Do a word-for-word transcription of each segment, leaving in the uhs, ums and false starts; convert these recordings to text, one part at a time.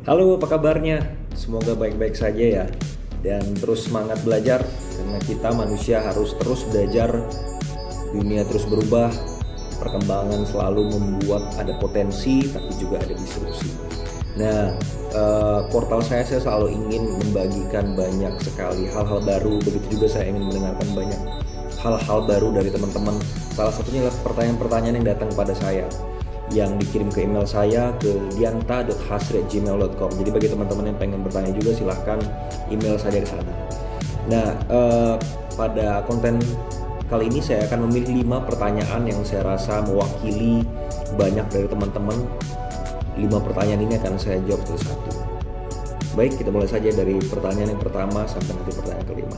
Halo, apa kabarnya? Semoga baik-baik saja ya. Dan terus semangat belajar, karena kita manusia harus terus belajar. Dunia terus berubah, perkembangan selalu membuat ada potensi, tapi juga ada disrupsi. Nah, eh, portal saya saya selalu ingin membagikan banyak sekali hal-hal baru. Begitu juga saya ingin mendengarkan banyak hal-hal baru dari teman-teman. Salah satunya adalah pertanyaan-pertanyaan yang datang pada saya, yang dikirim ke email saya ke dianta dot hasri at gmail dot com. Jadi bagi teman-teman yang pengen bertanya juga, silahkan email saya di sana. Nah, eh, pada konten kali ini saya akan memilih lima pertanyaan yang saya rasa mewakili banyak dari teman-teman. lima pertanyaan ini akan saya jawab satu-satu. Baik, kita mulai saja dari pertanyaan yang pertama sampai nanti pertanyaan kelima.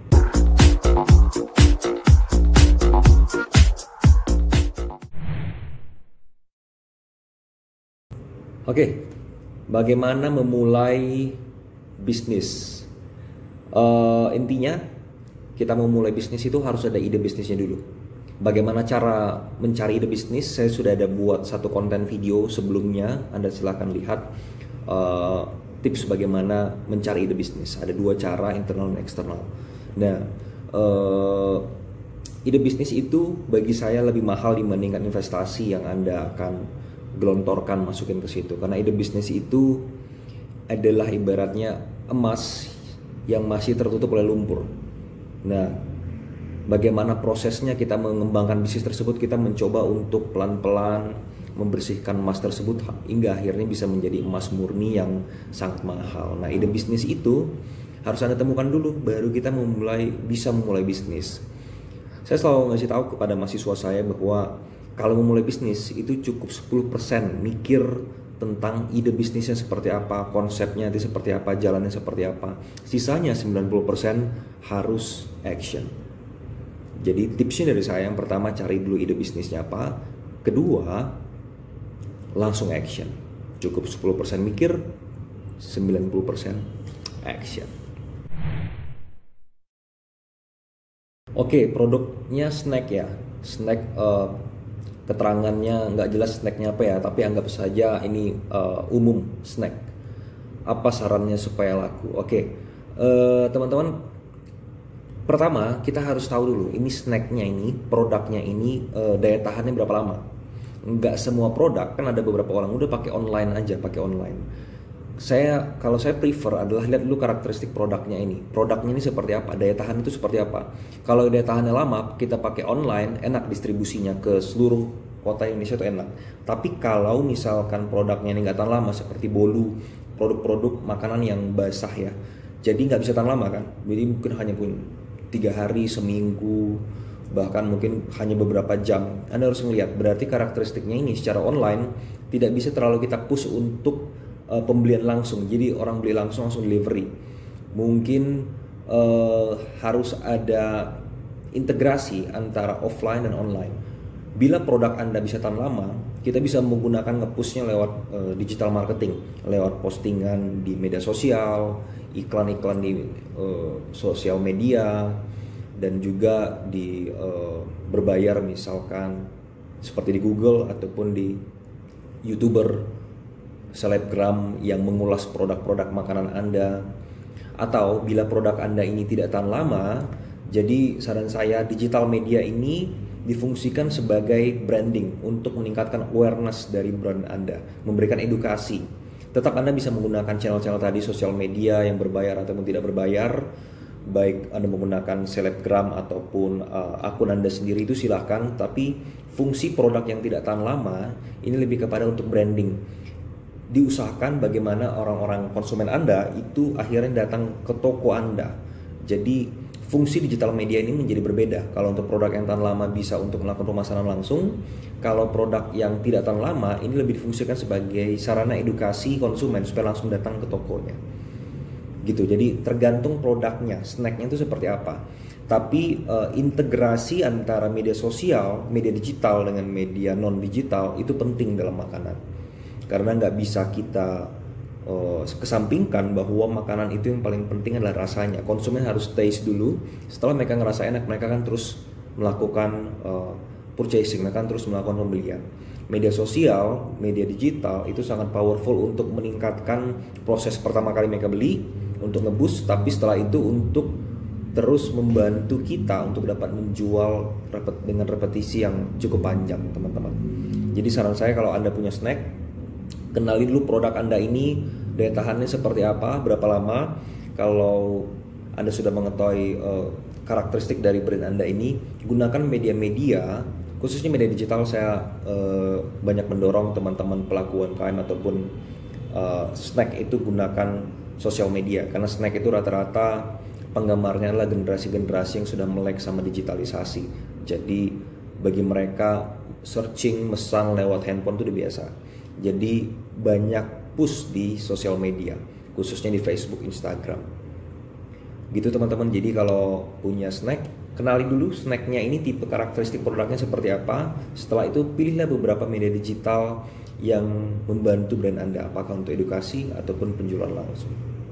Oke, bagaimana memulai bisnis? Uh, intinya, kita memulai bisnis itu harus ada ide bisnisnya dulu. Bagaimana cara mencari ide bisnis? Saya sudah ada buat satu konten video sebelumnya. Anda silahkan lihat uh, tips bagaimana mencari ide bisnis. Ada dua cara, internal dan eksternal. Nah, uh, ide bisnis itu bagi saya lebih mahal dibandingkan investasi yang Anda akan gelontorkan masukin ke situ. Karena ide bisnis itu adalah ibaratnya emas yang masih tertutup oleh lumpur. Nah, bagaimana prosesnya kita mengembangkan bisnis tersebut? Kita mencoba untuk pelan-pelan membersihkan emas tersebut hingga akhirnya bisa menjadi emas murni yang sangat mahal. Nah, ide bisnis itu harus Anda temukan dulu, baru kita memulai bisa memulai bisnis. Saya selalu ngasih tahu kepada mahasiswa saya bahwa kalau memulai bisnis itu cukup sepuluh persen mikir tentang ide bisnisnya seperti apa, konsepnya itu seperti apa, jalannya seperti apa. Sisanya sembilan puluh persen harus action. Jadi tipsnya dari saya, yang pertama cari dulu ide bisnisnya apa. Kedua, langsung action. Cukup sepuluh persen mikir, sembilan puluh persen action. Oke, produknya snack ya. Snack, uh, keterangannya nggak jelas snacknya apa ya, tapi anggap saja ini uh, umum snack. Apa sarannya supaya laku? Oke, uh, teman-teman, pertama, kita harus tahu dulu ini snacknya ini, produknya ini e, daya tahannya berapa lama. Nggak semua produk, kan ada beberapa orang udah pakai online aja, pakai online. Saya, kalau saya prefer adalah lihat dulu karakteristik produknya ini. Produknya ini seperti apa, daya tahan itu seperti apa. Kalau daya tahannya lama, kita pakai online, enak distribusinya ke seluruh kota Indonesia itu enak. Tapi kalau misalkan produknya ini nggak tahan lama, seperti bolu, produk-produk makanan yang basah ya, jadi nggak bisa tahan lama kan. Jadi mungkin hanya pun tiga hari, seminggu, bahkan mungkin hanya beberapa jam. Anda harus melihat, berarti karakteristiknya ini secara online tidak bisa terlalu kita push untuk uh, pembelian langsung. Jadi orang beli langsung langsung delivery. Mungkin uh, harus ada integrasi antara offline dan online. Bila produk Anda bisa tahan lama, kita bisa menggunakan nge-pushnya lewat uh, digital marketing, lewat postingan di media sosial, iklan-iklan di uh, sosial media, dan juga di uh, berbayar misalkan seperti di Google ataupun di YouTuber, selebgram yang mengulas produk-produk makanan Anda. Atau bila produk Anda ini tidak tahan lama, jadi saran saya digital media ini difungsikan sebagai branding untuk meningkatkan awareness dari brand Anda, memberikan edukasi. Tetap Anda bisa menggunakan channel-channel tadi, sosial media yang berbayar ataupun tidak berbayar, baik Anda menggunakan selebgram ataupun uh, akun Anda sendiri, itu silahkan. Tapi fungsi produk yang tidak tahan lama ini lebih kepada untuk branding. Diusahakan bagaimana orang-orang konsumen Anda itu akhirnya datang ke toko Anda. Jadi fungsi digital media ini menjadi berbeda. Kalau untuk produk yang tahan lama bisa untuk melakukan pemesanan langsung. Kalau produk yang tidak tahan lama ini lebih difungsikan sebagai sarana edukasi konsumen supaya langsung datang ke tokonya. Gitu. Jadi tergantung produknya, snacknya itu seperti apa. Tapi uh, integrasi antara media sosial, media digital dengan media non digital itu penting dalam makanan. Karena nggak bisa kita kesampingkan bahwa makanan itu yang paling penting adalah rasanya. Konsumen harus taste dulu. Setelah mereka ngerasa enak, mereka kan terus melakukan uh, purchasing, mereka kan terus melakukan pembelian. media sosial, media digital itu sangat powerful untuk meningkatkan proses pertama kali mereka beli, untuk nge-boost, tapi setelah itu untuk terus membantu kita untuk dapat menjual dengan repetisi yang cukup panjang, teman-teman. Jadi saran saya, kalau Anda punya snack, kenali dulu produk Anda ini, daya tahannya seperti apa, berapa lama. Kalau Anda sudah mengetahui uh, karakteristik dari brand Anda ini, gunakan media-media, khususnya media digital. Saya uh, banyak mendorong teman-teman pelaku U M K M ataupun uh, snack itu gunakan sosial media, karena snack itu rata-rata penggemarnya adalah generasi-generasi yang sudah melek sama digitalisasi. Jadi bagi mereka searching, mesan lewat handphone itu udah biasa. Jadi banyak push di sosial media, khususnya di Facebook, Instagram. Gitu teman-teman. Jadi kalau punya snack, kenali dulu snacknya ini tipe karakteristik produknya seperti apa. Setelah itu pilihlah beberapa media digital yang membantu brand Anda, apakah untuk edukasi ataupun penjualan langsung.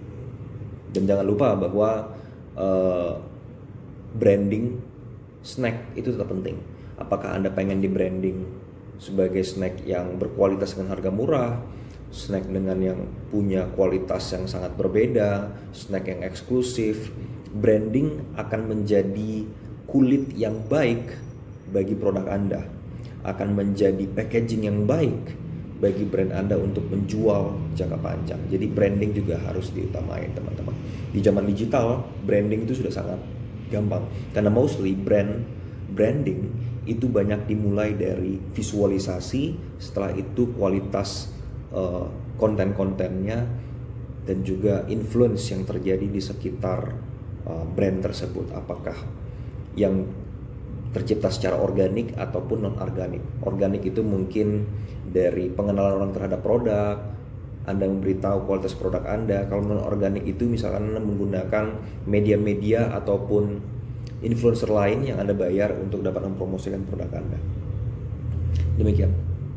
Dan jangan lupa bahwa uh, branding snack itu tetap penting. Apakah Anda pengen di branding sebagai snack yang berkualitas dengan harga murah, snack dengan yang punya kualitas yang sangat berbeda, snack yang eksklusif. Branding akan menjadi kulit yang baik bagi produk Anda, akan menjadi packaging yang baik bagi brand Anda untuk menjual jangka panjang. Jadi branding juga harus diutamain, teman-teman. Di zaman digital, branding itu sudah sangat gampang, karena mostly brand branding itu banyak dimulai dari visualisasi, setelah itu kualitas uh, konten-kontennya, dan juga influence yang terjadi di sekitar uh, brand tersebut, apakah yang tercipta secara organik ataupun non-organik. Organik itu mungkin dari pengenalan orang terhadap produk, Anda memberitahu kualitas produk Anda. Kalau non-organik itu misalkan Anda menggunakan media-media ataupun influencer lain yang Anda bayar untuk dapat mempromosikan produk Anda. Demikian.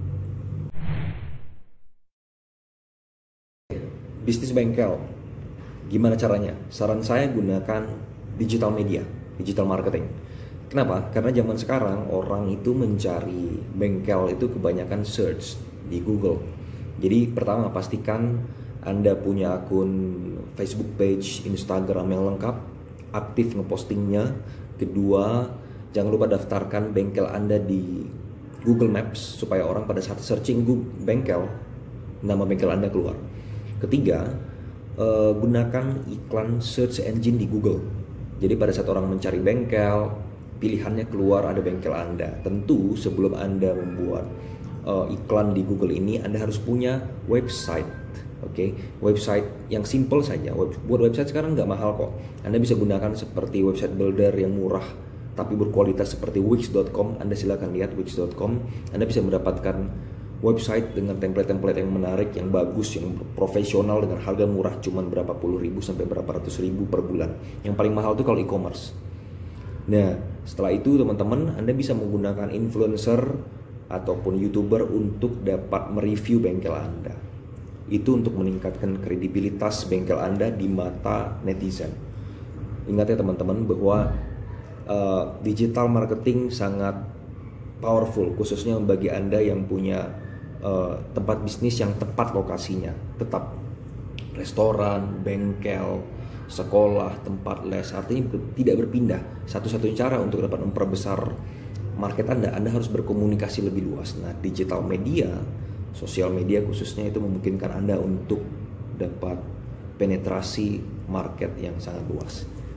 Bisnis bengkel, gimana caranya? Saran saya gunakan digital media, digital marketing. Kenapa? Karena zaman sekarang orang itu mencari bengkel itu kebanyakan search di Google. Jadi pertama, pastikan Anda punya akun Facebook page, Instagram yang lengkap, aktif ngepostingnya. Kedua, jangan lupa daftarkan bengkel Anda di Google Maps supaya orang pada saat searching Google bengkel, nama bengkel Anda keluar. Ketiga, eh, gunakan iklan search engine di Google. Jadi pada saat orang mencari bengkel, pilihannya keluar ada bengkel Anda. Tentu sebelum Anda membuat uh, iklan di Google ini, Anda harus punya website. Oke, okay? Website yang simple saja. Web, buat website sekarang nggak mahal kok. Anda bisa gunakan seperti website builder yang murah tapi berkualitas seperti wix dot com. Anda silakan lihat wix dot com. Anda bisa mendapatkan website dengan template-template yang menarik, yang bagus, yang profesional dengan harga murah, cuman berapa puluh ribu sampai berapa ratus ribu per bulan. Yang paling mahal itu kalau e-commerce. Nah, setelah itu teman-teman, Anda bisa menggunakan influencer ataupun YouTuber untuk dapat mereview bengkel Anda. Itu untuk meningkatkan kredibilitas bengkel Anda di mata netizen. Ingat ya teman-teman bahwa uh, digital marketing sangat powerful, khususnya bagi Anda yang punya uh, tempat bisnis yang tepat lokasinya. Tetap restoran, bengkel, sekolah, tempat les, artinya tidak berpindah. Satu-satunya cara untuk dapat memperbesar market Anda, Anda harus berkomunikasi lebih luas. Nah, digital media, sosial media khususnya itu memungkinkan Anda untuk dapat penetrasi market yang sangat luas.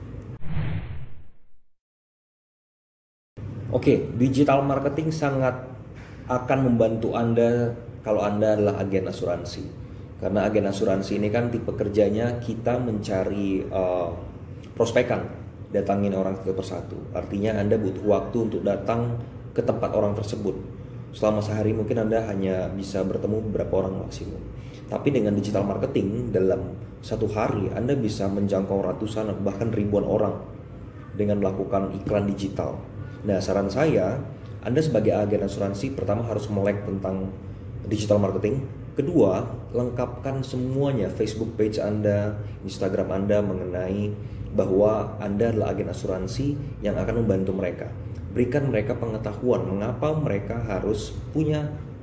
Oke, digital marketing sangat akan membantu Anda kalau Anda adalah agen asuransi. Karena agen asuransi ini kan tipe kerjanya kita mencari uh, prospekan, datangin orang satu persatu. Artinya Anda butuh waktu untuk datang ke tempat orang tersebut. Selama sehari mungkin Anda hanya bisa bertemu beberapa orang maksimum. Tapi dengan digital marketing, dalam satu hari Anda bisa menjangkau ratusan bahkan ribuan orang dengan melakukan iklan digital. Nah, saran saya, Anda sebagai agen asuransi pertama harus melek tentang digital marketing. Kedua, lengkapkan semuanya Facebook page Anda, Instagram Anda mengenai bahwa Anda adalah agen asuransi yang akan membantu mereka. Berikan mereka pengetahuan mengapa mereka harus punya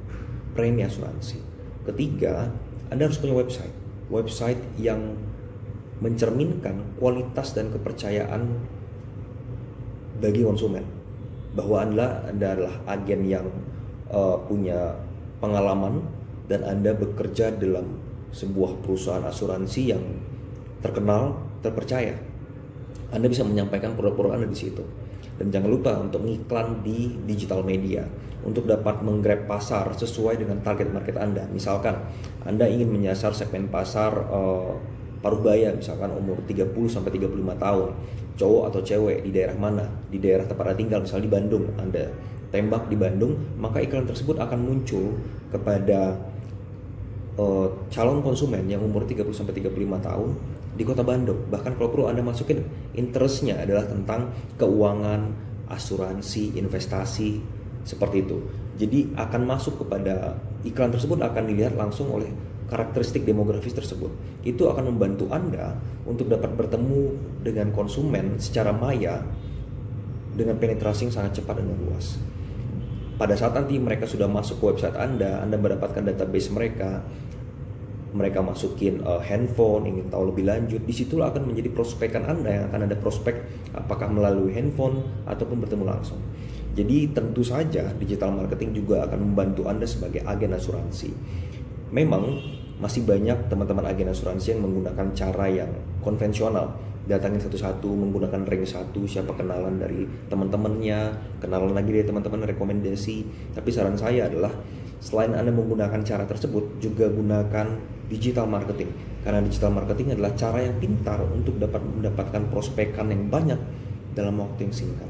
premi asuransi. Ketiga, Anda harus punya website. Website yang mencerminkan kualitas dan kepercayaan bagi konsumen. Bahwa Anda, Anda adalah agen yang uh, punya pengalaman dan Anda bekerja dalam sebuah perusahaan asuransi yang terkenal, terpercaya. Anda bisa menyampaikan produk-produk Anda di situ. Dan jangan lupa untuk mengiklan di digital media untuk dapat menggrab pasar sesuai dengan target market Anda. Misalkan Anda ingin menyasar segmen pasar uh, paruh baya, misalkan umur tiga puluh sampai tiga puluh lima tahun, cowok atau cewek, di daerah mana, di daerah tempat Anda tinggal, misalnya di Bandung, Anda tembak di Bandung, maka iklan tersebut akan muncul kepada uh, calon konsumen yang umur tiga puluh sampai tiga puluh lima tahun di kota Bandung. Bahkan kalau perlu Anda masukin interestnya adalah tentang keuangan, asuransi, investasi, seperti itu. Jadi akan masuk kepada iklan tersebut akan dilihat langsung oleh karakteristik demografis tersebut. Itu akan membantu Anda untuk dapat bertemu dengan konsumen secara maya dengan penetrasi yang sangat cepat dan luas. Pada saat nanti mereka sudah masuk ke website Anda, Anda mendapatkan database mereka, mereka masukin uh, handphone, ingin tahu lebih lanjut, disitulah akan menjadi prospekan Anda yang akan ada prospek apakah melalui handphone ataupun bertemu langsung. Jadi tentu saja digital marketing juga akan membantu Anda sebagai agen asuransi. Memang masih banyak teman-teman agen asuransi yang menggunakan cara yang konvensional, datangin satu-satu, menggunakan ring satu, siapa kenalan dari teman-temannya, kenalan lagi dari teman-teman, rekomendasi. Tapi saran saya adalah selain Anda menggunakan cara tersebut, juga gunakan digital marketing. Karena digital marketing adalah cara yang pintar untuk dapat mendapatkan prospekan yang banyak dalam waktu yang singkat.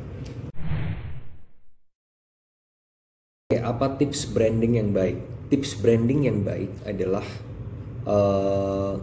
Oke, apa tips branding yang baik? Tips branding yang baik adalah uh,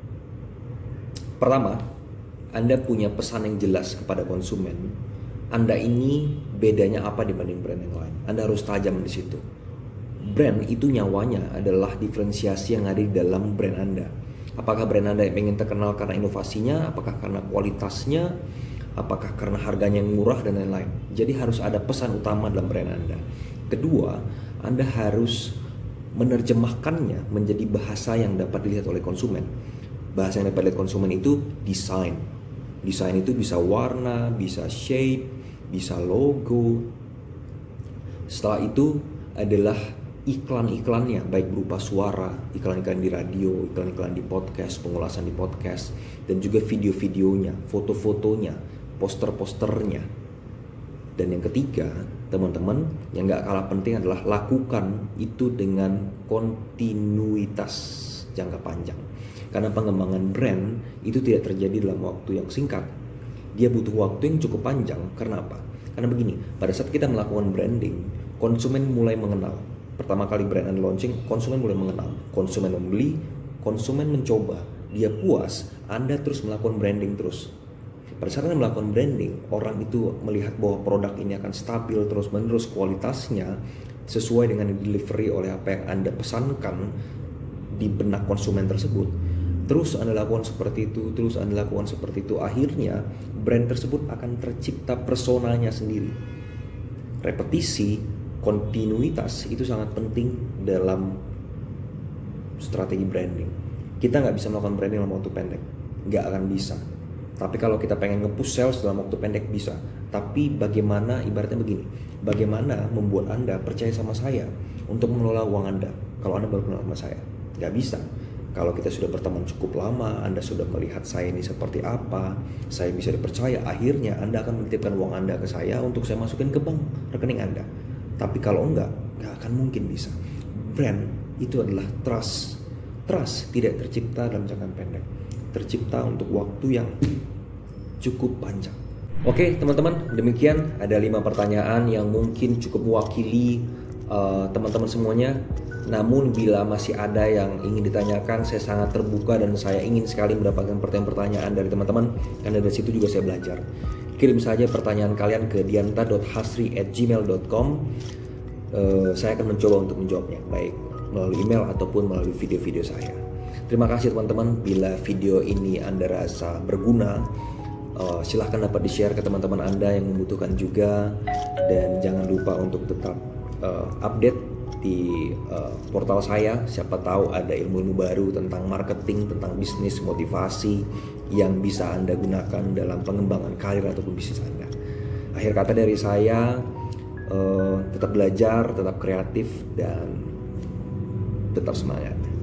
pertama, Anda punya pesan yang jelas kepada konsumen. Anda ini bedanya apa dibanding brand yang lain? Anda harus tajam di situ. Brand itu nyawanya adalah diferensiasi yang ada di dalam brand Anda. Apakah brand Anda ingin terkenal karena inovasinya, apakah karena kualitasnya, apakah karena harganya yang murah dan lain-lain. Jadi harus ada pesan utama dalam brand Anda. Kedua, Anda harus menerjemahkannya menjadi bahasa yang dapat dilihat oleh konsumen. Bahasa yang dapat dilihat konsumen itu desain. Desain itu bisa warna, bisa shape, bisa logo. Setelah itu adalah iklan-iklannya, baik berupa suara, iklan-iklan di radio, iklan-iklan di podcast, pengulasan di podcast, dan juga video-videonya, foto-fotonya, poster-posternya. Dan yang ketiga, teman-teman, yang gak kalah penting adalah lakukan itu dengan kontinuitas jangka panjang. Karena pengembangan brand itu tidak terjadi dalam waktu yang singkat. Dia butuh waktu yang cukup panjang. Karena apa? Karena begini, pada saat kita melakukan branding, konsumen mulai mengenal. Pertama kali brand Anda launching, konsumen mulai mengenal, konsumen membeli, konsumen mencoba, dia puas, Anda terus melakukan branding terus. Pada saat Anda melakukan branding, orang itu melihat bahwa produk ini akan stabil terus menerus kualitasnya sesuai dengan delivery oleh apa yang Anda pesankan di benak konsumen tersebut. Terus Anda lakukan seperti itu, terus Anda lakukan seperti itu, akhirnya brand tersebut akan tercipta personanya sendiri. Repetisi, kontinuitas itu sangat penting dalam strategi branding. Kita nggak bisa melakukan branding dalam waktu pendek, nggak akan bisa. Tapi kalau kita pengen nge-push sales dalam waktu pendek bisa. Tapi bagaimana, ibaratnya begini, bagaimana membuat Anda percaya sama saya untuk mengelola uang Anda kalau Anda baru kenal sama saya? Nggak bisa. Kalau kita sudah berteman cukup lama, Anda sudah melihat saya ini seperti apa, saya bisa dipercaya, akhirnya Anda akan menitipkan uang Anda ke saya untuk saya masukin ke bank rekening Anda. Tapi kalau enggak, enggak akan mungkin bisa. Brand itu adalah trust. Trust tidak tercipta dalam jangka pendek. Tercipta untuk waktu yang cukup panjang. Oke teman-teman, demikian ada lima pertanyaan yang mungkin cukup mewakili uh, teman-teman semuanya. Namun bila masih ada yang ingin ditanyakan, saya sangat terbuka dan saya ingin sekali mendapatkan pertanyaan-pertanyaan dari teman-teman. Karena dari situ juga saya belajar. Kirim saja pertanyaan kalian ke dianta dot hasri at gmail dot com. uh, Saya akan mencoba untuk menjawabnya, baik melalui email ataupun melalui video-video saya. Terima kasih teman-teman. Bila video ini Anda rasa berguna, uh, silahkan dapat di-share ke teman-teman Anda yang membutuhkan juga. Dan jangan lupa untuk tetap uh, update di uh, portal saya. Siapa tahu ada ilmu-ilmu baru tentang marketing, tentang bisnis, motivasi yang bisa Anda gunakan dalam pengembangan karir ataupun bisnis Anda. Akhir kata dari saya, uh, tetap belajar, tetap kreatif, dan tetap semangat.